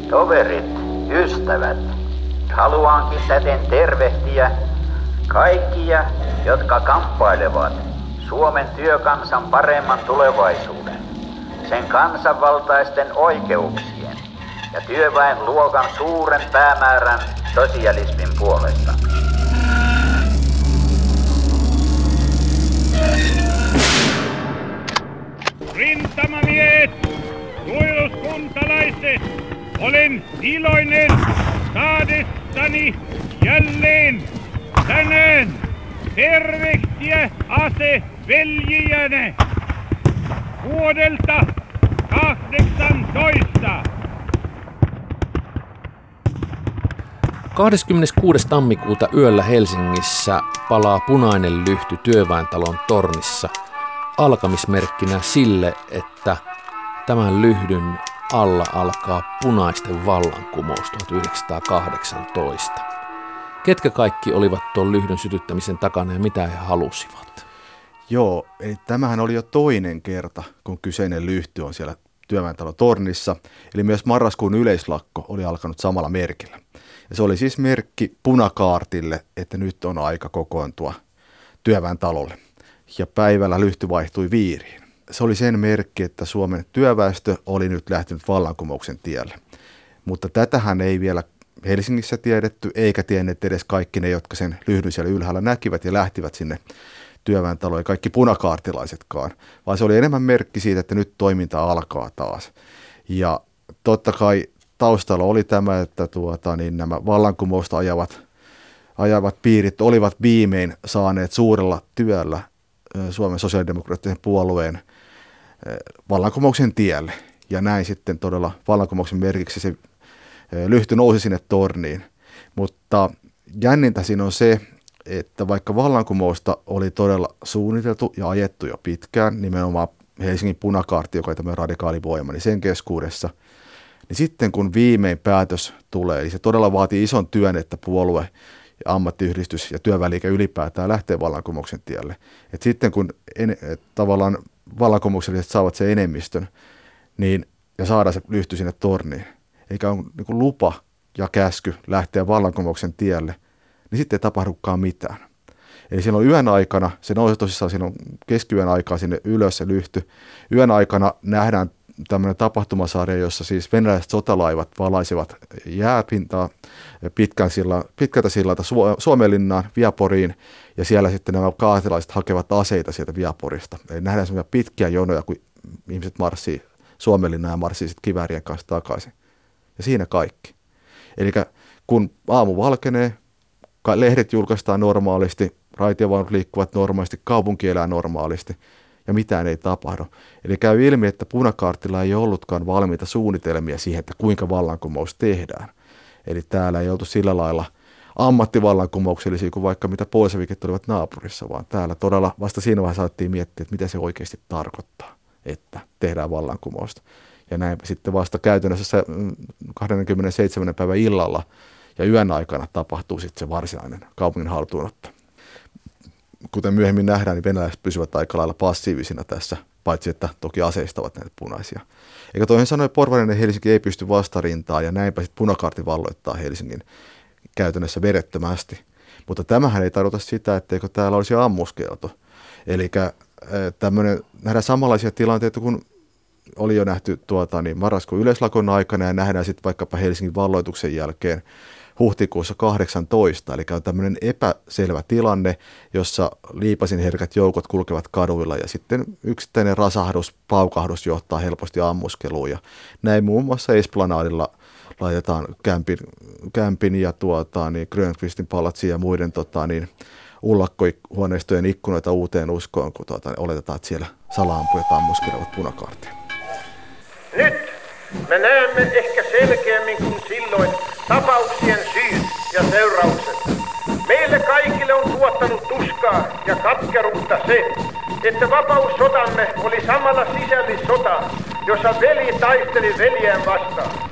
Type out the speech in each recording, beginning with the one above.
Toverit, ystävät, haluankin täten tervehtiä kaikkia, jotka kamppailevat Suomen työkansan paremman tulevaisuuden, sen kansanvaltaisten oikeuksien ja työväenluokan suuren päämäärän sosialismin puolesta. Rintamamiehet, suojeluskuntalaiset, olen iloinen saadessani jälleen tänään tervehtiä aseveljiänne vuodelta 18. 26. tammikuuta yöllä Helsingissä palaa punainen lyhty Työväentalon tornissa alkamismerkkinä sille, että tämän lyhdyn alla alkaa punaisten vallankumous 1918. Ketkä kaikki olivat tuon lyhdyn sytyttämisen takana ja mitä he halusivat? Joo, eli tämähän oli jo toinen kerta, kun kyseinen lyhty on siellä Työväentalon tornissa. Eli myös marraskuun yleislakko oli alkanut samalla merkillä. Ja se oli siis merkki punakaartille, että nyt on aika kokoontua Työväentalolle. Ja päivällä lyhty vaihtui viiriin. Se oli sen merkki, että Suomen työväestö oli nyt lähtenyt vallankumouksen tielle. Mutta tätähän ei vielä Helsingissä tiedetty, eikä tienneet edes kaikki ne, jotka sen lyhdyn siellä ylhäällä näkivät ja lähtivät sinne Työväentaloon, kaikki punakaartilaisetkaan. Vaan se oli enemmän merkki siitä, että nyt toiminta alkaa taas. Ja totta kai taustalla oli tämä, että nämä vallankumousta ajavat piirit olivat viimein saaneet suurella työllä Suomen sosiaalidemokraattisen puolueen vallankumouksen tielle. Ja näin sitten todella vallankumouksen merkiksi se lyhty nousi sinne torniin. Mutta jännintä siinä on se, että vaikka vallankumousta oli todella suunniteltu ja ajettu jo pitkään, nimenomaan Helsingin punakaarti, joka on tämmöinen radikaali voima, niin sen keskuudessa, niin sitten kun viimein päätös tulee, niin se todella vaatii ison työn, että puolue ja ammattiyhdistys ja työväliike ylipäätään lähtee vallankumouksen tielle. Et sitten kun tavallaan vallankumoukselliset saavat sen enemmistön niin, ja saadaan se lyhty sinne torniin, eikä ole niin kuin lupa ja käsky lähteä vallankumouksen tielle, niin sitten ei tapahdukaan mitään. Eli silloin yön aikana, se nousi tosissaan silloin keskiyön aikaa sinne ylös se lyhty. Yön aikana nähdään tämmöinen tapahtumasarja, jossa siis venäläiset sotalaivat valaisivat jääpintaa pitkältä sillalta Suomenlinnaan, Viaporiin, ja siellä sitten nämä kaatilaiset hakevat aseita sieltä Viaporista. Eli nähdään semmoisia pitkiä jonoja, kun ihmiset marssii Suomenlinnaan ja marssii sitten kiväärien kanssa takaisin. Ja siinä kaikki. Eli kun aamu valkenee, lehdet julkaistaan normaalisti, raitiovaunut liikkuvat normaalisti, kaupunki elää normaalisti ja mitään ei tapahdu. Eli käy ilmi, että punakaartilla ei ollutkaan valmiita suunnitelmia siihen, että kuinka vallankumous tehdään. Eli täällä ei oltu sillä lailla ammattivallankumouksellisia kuin vaikka mitä bolshevikit olivat naapurissa, vaan täällä todella vasta siinä vaiheessa saatiin miettiä, että mitä se oikeasti tarkoittaa, että tehdään vallankumousta. Ja näin sitten vasta käytännössä 27. päivän illalla ja yön aikana tapahtuu sitten se varsinainen kaupungin haltuunotto. Kuten myöhemmin nähdään, niin venäläiset pysyvät aika lailla passiivisina tässä, paitsi että toki aseistavat näitä punaisia. Eikä toisin sanoen porvarinen Helsinki ei pysty vastarintaan ja näinpä sitten punakaarti valloittaa Helsingin käytännössä verettömästi. Mutta tämähän ei tarkoita sitä, etteikö täällä olisi ammuskeltu. Eli nähdään samanlaisia tilanteita kuin oli jo nähty marraskuun yleislakon aikana ja nähdään sitten vaikkapa Helsingin valloituksen jälkeen huhtikuussa 18, eli on tämmöinen epäselvä tilanne, jossa liipasin herkät joukot kulkevat kaduilla ja sitten yksittäinen rasahdus, paukahdus johtaa helposti ammuskeluun ja näin muun muassa Esplanadilla laitetaan Kämpin ja Grönqvistin palatsin ja muiden ullakkohuoneistojen ikkunoita uuteen uskoon, kun oletetaan, että siellä salaampujat ammuskelevat punakaartia. Nyt me näemme ehkä selkeämmin kuin silloin tapauksien syyt ja seuraukset. Meille kaikille on tuottanut tuskaa ja katkeruutta se, että vapaussotamme oli samalla sisällissota, jossa veli taisteli veljään vastaan.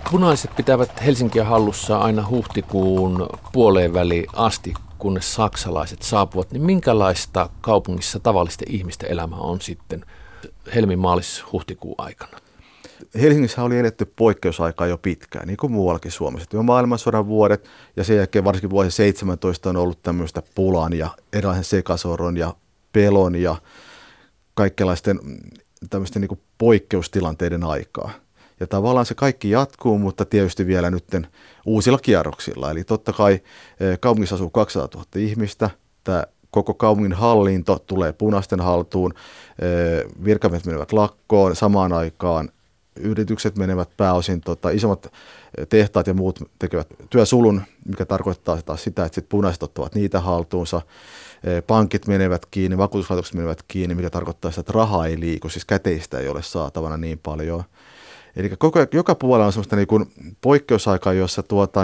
Punaiset pitävät Helsinkiä hallussa aina huhtikuun puoleen väliin asti, kunnes saksalaiset saapuvat. Niin minkälaista kaupungissa tavallisten ihmisten elämä on sitten helmi-maalis-huhtikuun aikana? Helsingissä oli eletty poikkeusaikaa jo pitkään, niin kuin muuallakin Suomessa. Jo maailmansodan vuodet ja sen jälkeen varsinkin vuosi 17 on ollut tämmöistä pulan ja erilaisen sekasorron ja pelon ja kaikenlaisten tämmöisten niin kuin poikkeustilanteiden aikaa. Ja tavallaan se kaikki jatkuu, mutta tietysti vielä nyt uusilla kierroksilla. Eli totta kai kaupungissa asuu 200 000 ihmistä. Tämä koko kaupungin hallinto tulee punaisten haltuun. Virkamiehet menevät lakkoon samaan aikaan. Yritykset menevät pääosin, isommat tehtaat ja muut tekevät työsulun, mikä tarkoittaa taas sitä, että sit punaiset ottavat niitä haltuunsa. Pankit menevät kiinni, vakuutuslaitokset menevät kiinni, mikä tarkoittaa sitä, että rahaa ei liiku, siis käteistä ei ole saatavana niin paljon. Eli joka puolella on sellaista niin kuin poikkeusaikaa, jossa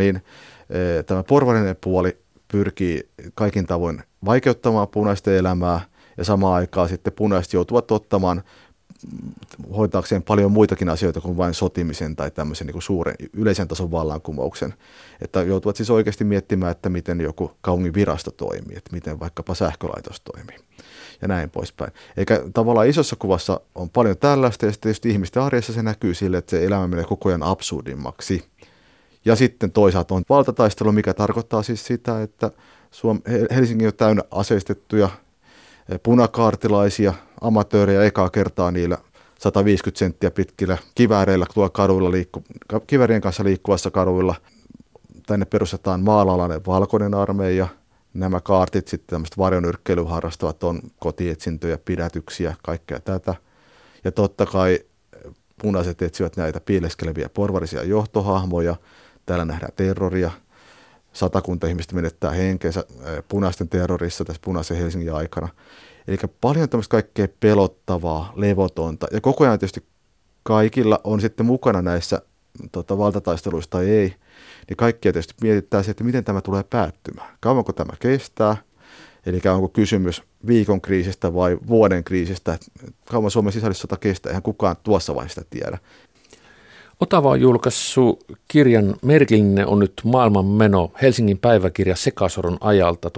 tämä porvarinen puoli pyrkii kaikin tavoin vaikeuttamaan punaisten elämää ja samaan aikaan sitten punaiset joutuvat ottamaan hoitaakseen paljon muitakin asioita kuin vain sotimisen tai tämmöisen niin kuin suuren yleisen tason vallankumouksen. Että joutuvat siis oikeasti miettimään, että miten joku kaupungin virasto toimii, että miten vaikkapa sähkölaitos toimii ja näin poispäin. Eikä tavallaan isossa kuvassa on paljon tällaista ja sitten tietysti ihmisten arjessa se näkyy sille, että se elämä menee koko ajan absurdimmaksi. Ja sitten toisaalta on valtataistelu, mikä tarkoittaa siis sitä, että Helsinki on täynnä aseistettuja punakaartilaisia, amatöörejä ekaa kertaa niillä 150 senttiä pitkillä kivääreillä tuolla kaduilla kiväärien kanssa liikkuvassa kaduilla. Tänne perustetaan maalalainen valkoinen armeija. Nämä kaartit sitten tämmöiset varjonyrkkeilyä harrastavat on kotietsintöjä, pidätyksiä, kaikkea tätä. Ja totta kai punaiset etsivät näitä piileskeleviä porvarisia johtohahmoja. Täällä nähdään terroria. 100 ihmistä menettää henkensä punaisten terrorissa tässä punaisen Helsingin aikana. Eli paljon tämmöistä kaikkea pelottavaa, levotonta. Ja koko ajan tietysti kaikilla on sitten mukana näissä valtataisteluissa tai ei. Niin kaikkia tietysti mietitään se, että miten tämä tulee päättymään. Kauanko tämä kestää? Eli onko kysymys viikon kriisistä vai vuoden kriisistä? Kauan Suomen sisällissota kestää, eihän kukaan tuossa vaiheessa tiedä. Otava on julkaissut kirjan merkillinen on nyt maailmanmeno, Helsingin päiväkirja Sekasorron ajalta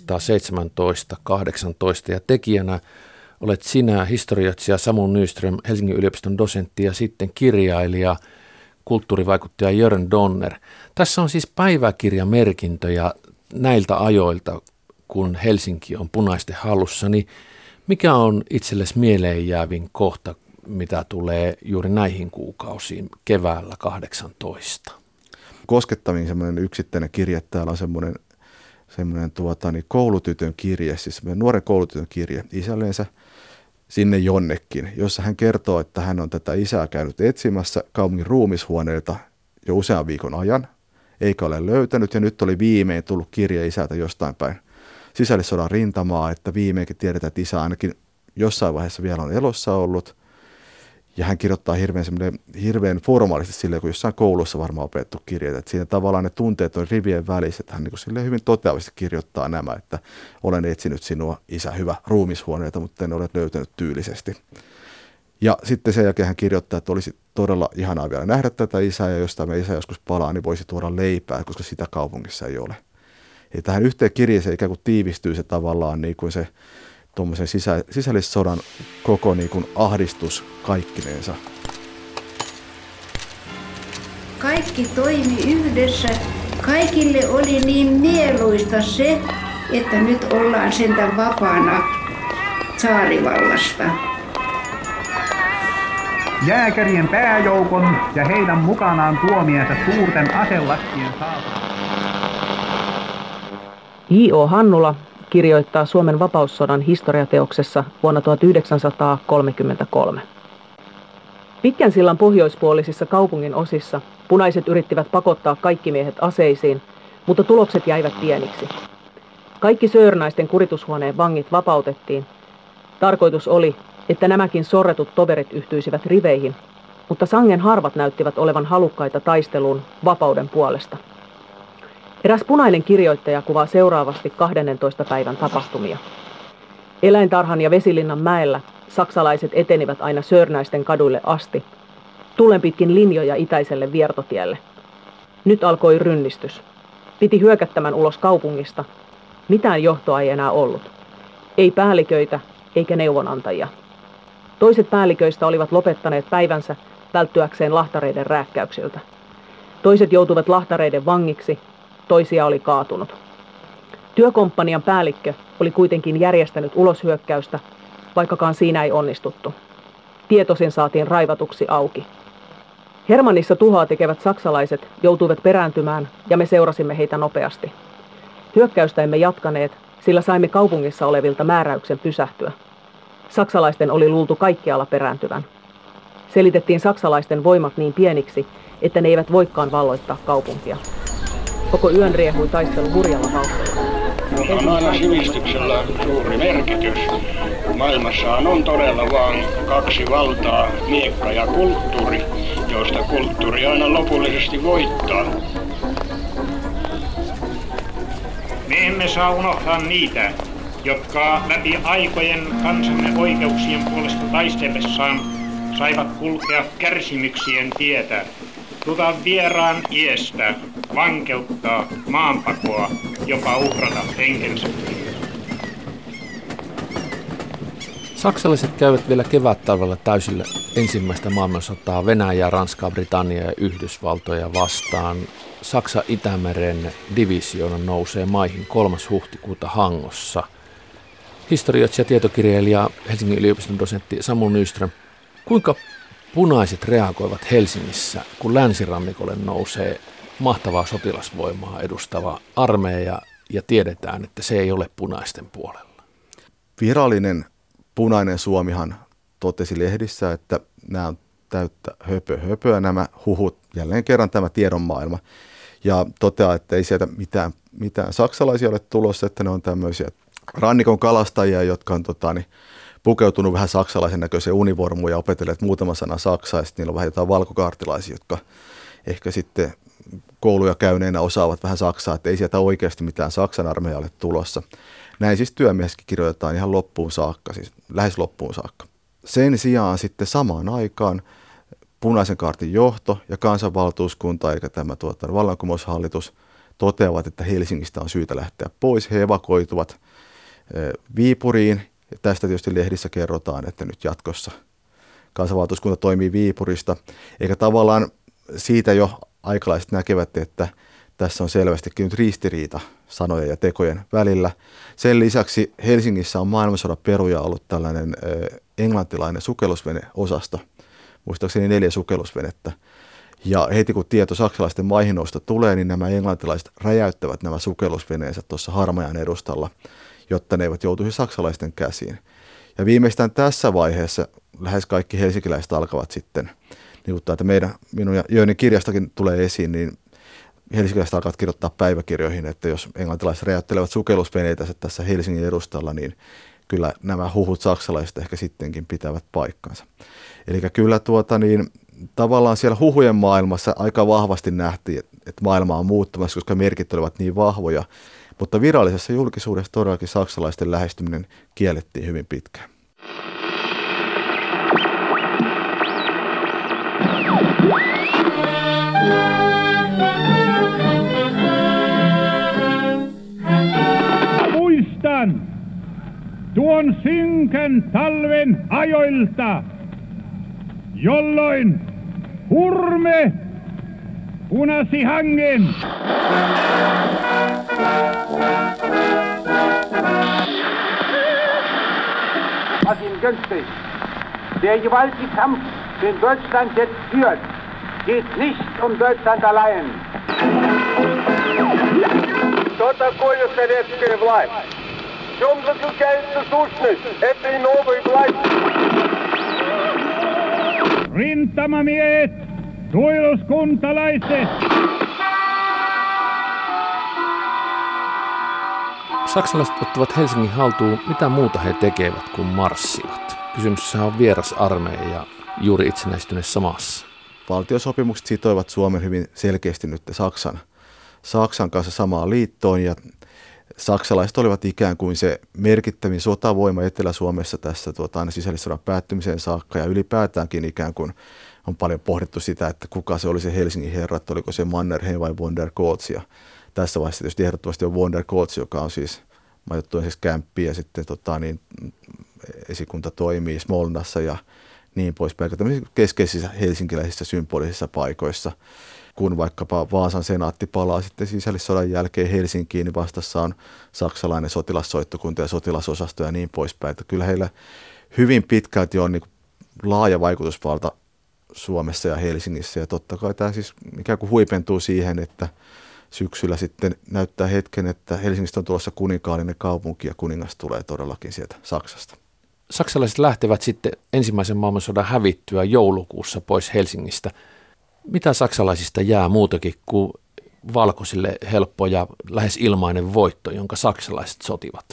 1917-18 ja tekijänä olet sinä, historioitsija Samu Nyström, Helsingin yliopiston dosentti ja sitten kirjailija, kulttuurivaikuttaja Jörn Donner. Tässä on siis päiväkirjamerkintöjä näiltä ajoilta, kun Helsinki on punaisten hallussa, niin mikä on itsellesi mieleen jäävin kohta, mitä tulee juuri näihin kuukausiin keväällä 18? Koskettavin semmoinen yksittäinen kirje täällä on semmoinen koulutytön kirje, siis nuoren koulutytön kirje isälleensä sinne jonnekin, jossa hän kertoo, että hän on tätä isää käynyt etsimässä kaupungin ruumishuoneelta jo usean viikon ajan, eikä ole löytänyt ja nyt oli viimein tullut kirje isältä jostain päin sisällissodan rintamaa, että viimeinkin tiedetään, että isä ainakin jossain vaiheessa vielä on elossa ollut. Ja hän kirjoittaa hirveän formaalisesti silleen, kun jossain koulussa varmaan opettu kirjeitä. Että siinä tavallaan ne tunteet on rivien välissä, että hän niin hyvin toteavasti kirjoittaa nämä, että olen etsinyt sinua, isä, hyvä ruumishuoneelta, mutta en ole löytänyt tyylisesti. Ja sitten sen jälkeen hän kirjoittaa, että olisi todella ihanaa vielä nähdä tätä isää, ja jos tämä isä joskus palaa, niin voisi tuoda leipää, koska sitä kaupungissa ei ole. Eli tähän yhteen kirjeeseen ikään kuin tiivistyy se tavallaan niin kuin se tuommoisen sisällissodan koko niin kuin ahdistus kaikkinensa. Kaikki toimi yhdessä. Kaikille oli niin mieluista se, että nyt ollaan sentään vapaana tsaarivallasta. Jääkärien pääjoukon ja heidän mukanaan tuomiensa suurten aselastien saatava. J.O. Hannula kirjoittaa Suomen vapaussodan historiateoksessa vuonna 1933. Pitkän sillan pohjoispuolisissa kaupungin osissa punaiset yrittivät pakottaa kaikki miehet aseisiin, mutta tulokset jäivät pieniksi. Kaikki Sörnäisten kuritushuoneen vangit vapautettiin. Tarkoitus oli, että nämäkin sorretut toverit yhtyisivät riveihin, mutta sangen harvat näyttivät olevan halukkaita taisteluun vapauden puolesta. Eräs punainen kirjoittaja kuvaa seuraavasti 12. päivän tapahtumia. Eläintarhan ja Vesilinnan mäellä saksalaiset etenivät aina Sörnäisten kaduille asti. tullen pitkin linjoja itäiselle Viertotielle. Nyt alkoi rynnistys. Piti hyökättämän ulos kaupungista. Mitään johtoa ei enää ollut. Ei päälliköitä eikä neuvonantajia. Toiset päälliköistä olivat lopettaneet päivänsä välttyäkseen lahtareiden rääkkäyksiltä. Toiset joutuivat lahtareiden vangiksi, toisia oli kaatunut. Työkomppanian päällikkö oli kuitenkin järjestänyt uloshyökkäystä, vaikkakaan siinä ei onnistuttu. Tie tosin saatiin raivatuksi auki. Hermannissa tuhoa tekevät saksalaiset joutuivat perääntymään ja me seurasimme heitä nopeasti. Hyökkäystä emme jatkaneet, sillä saimme kaupungissa olevilta määräyksen pysähtyä. Saksalaisten oli luultu kaikkialla perääntyvän. Selitettiin saksalaisten voimat niin pieniksi, että ne eivät voikaan valloittaa kaupunkia. Koko yön riehui taistelu hurjalla vauhdilla. On aina sivistyksellä suuri merkitys. Maailmassahan on todella vain kaksi valtaa, miekka ja kulttuuri, joista kulttuuri aina lopullisesti voittaa. Me emme saa unohtaa niitä, jotka läpi aikojen kansamme oikeuksien puolesta taistellessaan saivat kulkea kärsimyksien tietä, tuta vieraan iestä, vankeuttaa, maanpakoa, jopa uhrata henkensäkin. Saksalaiset käyvät vielä kevättalvella täysillä ensimmäistä maailmansotaa Venäjää, Ranskaa, Britanniaa ja Yhdysvaltoja vastaan. Saksa Itämeren divisioona nousee maihin 3. huhtikuuta Hangossa. Historioitsija, tietokirjailija, Helsingin yliopiston dosentti Samu Nyström. Kuinka punaiset reagoivat Helsingissä, kun länsirannikolle nousee mahtavaa sotilasvoimaa edustava armeija ja tiedetään, että se ei ole punaisten puolella? Virallinen punainen Suomihan totesi lehdissä, että nämä on täyttä höpöä nämä huhut, jälleen kerran tämä tiedon maailma. Ja toteaa, että ei sieltä mitään saksalaisia ole tulossa, että ne on tämmöisiä rannikon kalastajia, jotka on pukeutunut vähän saksalaisen näköiseen univormuun ja opetelleet muutama sana saksaa. Ja sitten niillä on vähän jotain valkokaartilaisia, jotka ehkä sitten kouluja käyneenä osaavat vähän saksaa, että ei sieltä oikeasti mitään Saksan armeijalle tulossa. Näin siis työmieskin kirjoitetaan ihan loppuun saakka, siis lähes loppuun saakka. Sen sijaan sitten samaan aikaan punaisen kaartin johto ja kansanvaltuuskunta, eli tämä vallankumoushallitus, toteavat, että Helsingistä on syytä lähteä pois. He evakuoituvat Viipuriin. Ja tästä tietysti lehdissä kerrotaan, että nyt jatkossa kansanvaltuuskunta toimii Viipurista. Eikä tavallaan siitä jo aikalaiset näkevät, että tässä on selvästikin nyt ristiriita sanojen ja tekojen välillä. Sen lisäksi Helsingissä on maailmansodan peruja ollut tällainen englantilainen sukellusveneosasto. Muistaakseni 4 sukellusvenettä. Ja heti kun tieto saksalaisten maihinnousta tulee, niin nämä englantilaiset räjäyttävät nämä sukellusveneensä tuossa Harmajan edustalla, jotta ne eivät joutuisi saksalaisten käsiin. Ja viimeistään tässä vaiheessa lähes kaikki helsinkiläiset alkavat sitten, niin kuin että minun ja Jöönin kirjastakin tulee esiin, niin helsinkiläiset alkavat kirjoittaa päiväkirjoihin, että jos englantilaiset räjäyttelevät sukellusveneitä tässä Helsingin edustalla, niin kyllä nämä huhut saksalaiset ehkä sittenkin pitävät paikkansa. Eli kyllä tavallaan siellä huhujen maailmassa aika vahvasti nähtiin, että maailma on muuttumassa, koska merkit olivat niin vahvoja. Mutta virallisessa julkisuudessa todellakin saksalaisten lähestyminen kiellettiin hyvin pitkään. Muistan tuon synkän talven ajoilta, jolloin hurme punasi hangen. Was ihm dünkt, der Gewaltkampf, den Deutschland jetzt führt, geht nicht um Deutschland allein. Что такое советская власть? В чем заключается сущность этой новой власти? Rintamamiehet, suojeluskuntalaiset. Saksalaiset ottavat Helsingin haltuun. Mitä muuta he tekevät kuin marssivat? Kysymyksessä on vieras armeija juuri itsenäistyneessä maassa. Valtiosopimukset sitoivat Suomen hyvin selkeästi nyt Saksan kanssa samaan liittoon ja saksalaiset olivat ikään kuin se merkittävin sotavoima Etelä-Suomessa tässä aina sisällissodan päättymiseen saakka ja ylipäätäänkin ikään kuin on paljon pohdittu sitä, että kuka se oli se Helsingin herra, että oliko se Mannerheim vai von der Goltz. Ja tässä vaiheessa tietysti ehdottomasti on von der Goltz, joka on siis majoittu siis kämppi ja sitten esikunta toimii Smolnassa ja niin poispäin, tämmöisissä keskeisissä helsinkiläisissä symbolisissa paikoissa. Kun vaikkapa Vaasan senaatti palaa sitten sisällissodan jälkeen Helsinkiin, niin vastassa on saksalainen sotilassoittokunta ja sotilasosasto ja niin poispäin. Että kyllä heillä hyvin pitkälti on niin laaja vaikutusvalta Suomessa ja Helsingissä. Ja totta kai tämä siis ikään kuin huipentuu siihen, että syksyllä sitten näyttää hetken, että Helsingistä on tulossa kuninkaallinen kaupunki ja kuningas tulee todellakin sieltä Saksasta. Saksalaiset lähtevät sitten ensimmäisen maailmansodan hävittyä joulukuussa pois Helsingistä. Mitä saksalaisista jää muutakin kuin valkoisille helppo ja lähes ilmainen voitto, jonka saksalaiset sotivat?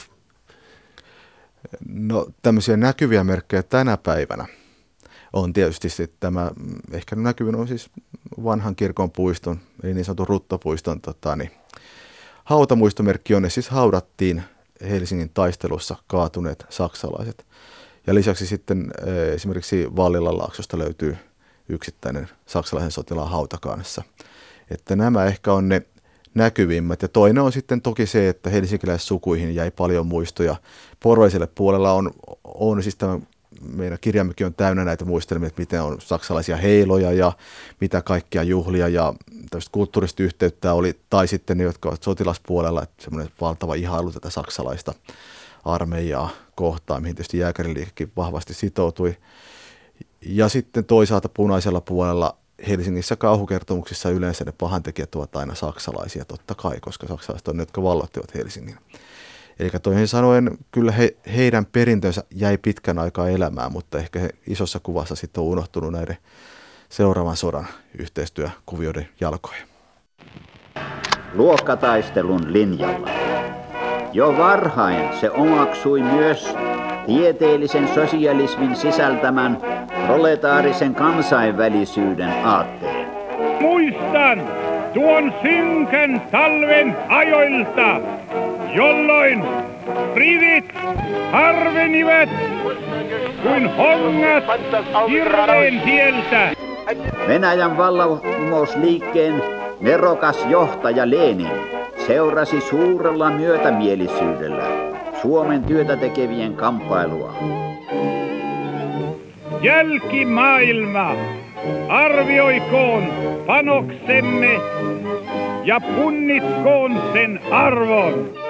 No tämmöisiä näkyviä merkkejä tänä päivänä on tietysti sitten tämä, ehkä näkyvin on siis vanhan kirkon puiston, eli niin sanotun Ruttopuiston hautamuistomerkki, jonne siis haudattiin Helsingin taistelussa kaatuneet saksalaiset. Ja lisäksi sitten esimerkiksi Vallilanlaaksosta löytyy yksittäinen saksalaisen sotilaan hautakaanessa. Että nämä ehkä on ne näkyvimmät. Ja toinen on sitten toki se, että helsinkiläissukuihin jäi paljon muistoja. Porvaiselle puolella on siis tämä, meidän kirjammekin on täynnä näitä muistelmia, että miten on saksalaisia heiloja ja mitä kaikkia juhlia ja tämmöistä kulttuurista yhteyttä oli. Tai sitten ne, jotka ovat sotilaspuolella, että semmoinen valtava ihailu tätä saksalaista armeijaa kohtaan, mihin tietysti jääkäriliikekin vahvasti sitoutui. Ja sitten toisaalta punaisella puolella Helsingissä kauhukertomuksissa yleensä ne pahantekijät ovat aina saksalaisia totta kai, koska saksalaiset on ne, jotka vallottivat Helsingin. Eli toisin sanoen kyllä heidän perintönsä jäi pitkän aikaa elämään, mutta ehkä he isossa kuvassa sitten on unohtunut näiden seuraavan sodan yhteistyökuvioiden jalkoihin. Luokkataistelun linjalla. Jo varhain se omaksui myös tieteellisen sosialismin sisältämän proletaarisen kansainvälisyyden aatteen. Muistan tuon synkän talven ajoilta, jolloin rivit harvenivat kuin hongat hirveen tieltä. Venäjän vallankumousliikkeen nerokas johtaja Lenin seurasi suurella myötämielisyydellä Suomen työtä tekevien kamppailua. Jälkimaailma arvioikoon panoksemme ja punnitkoon sen arvon.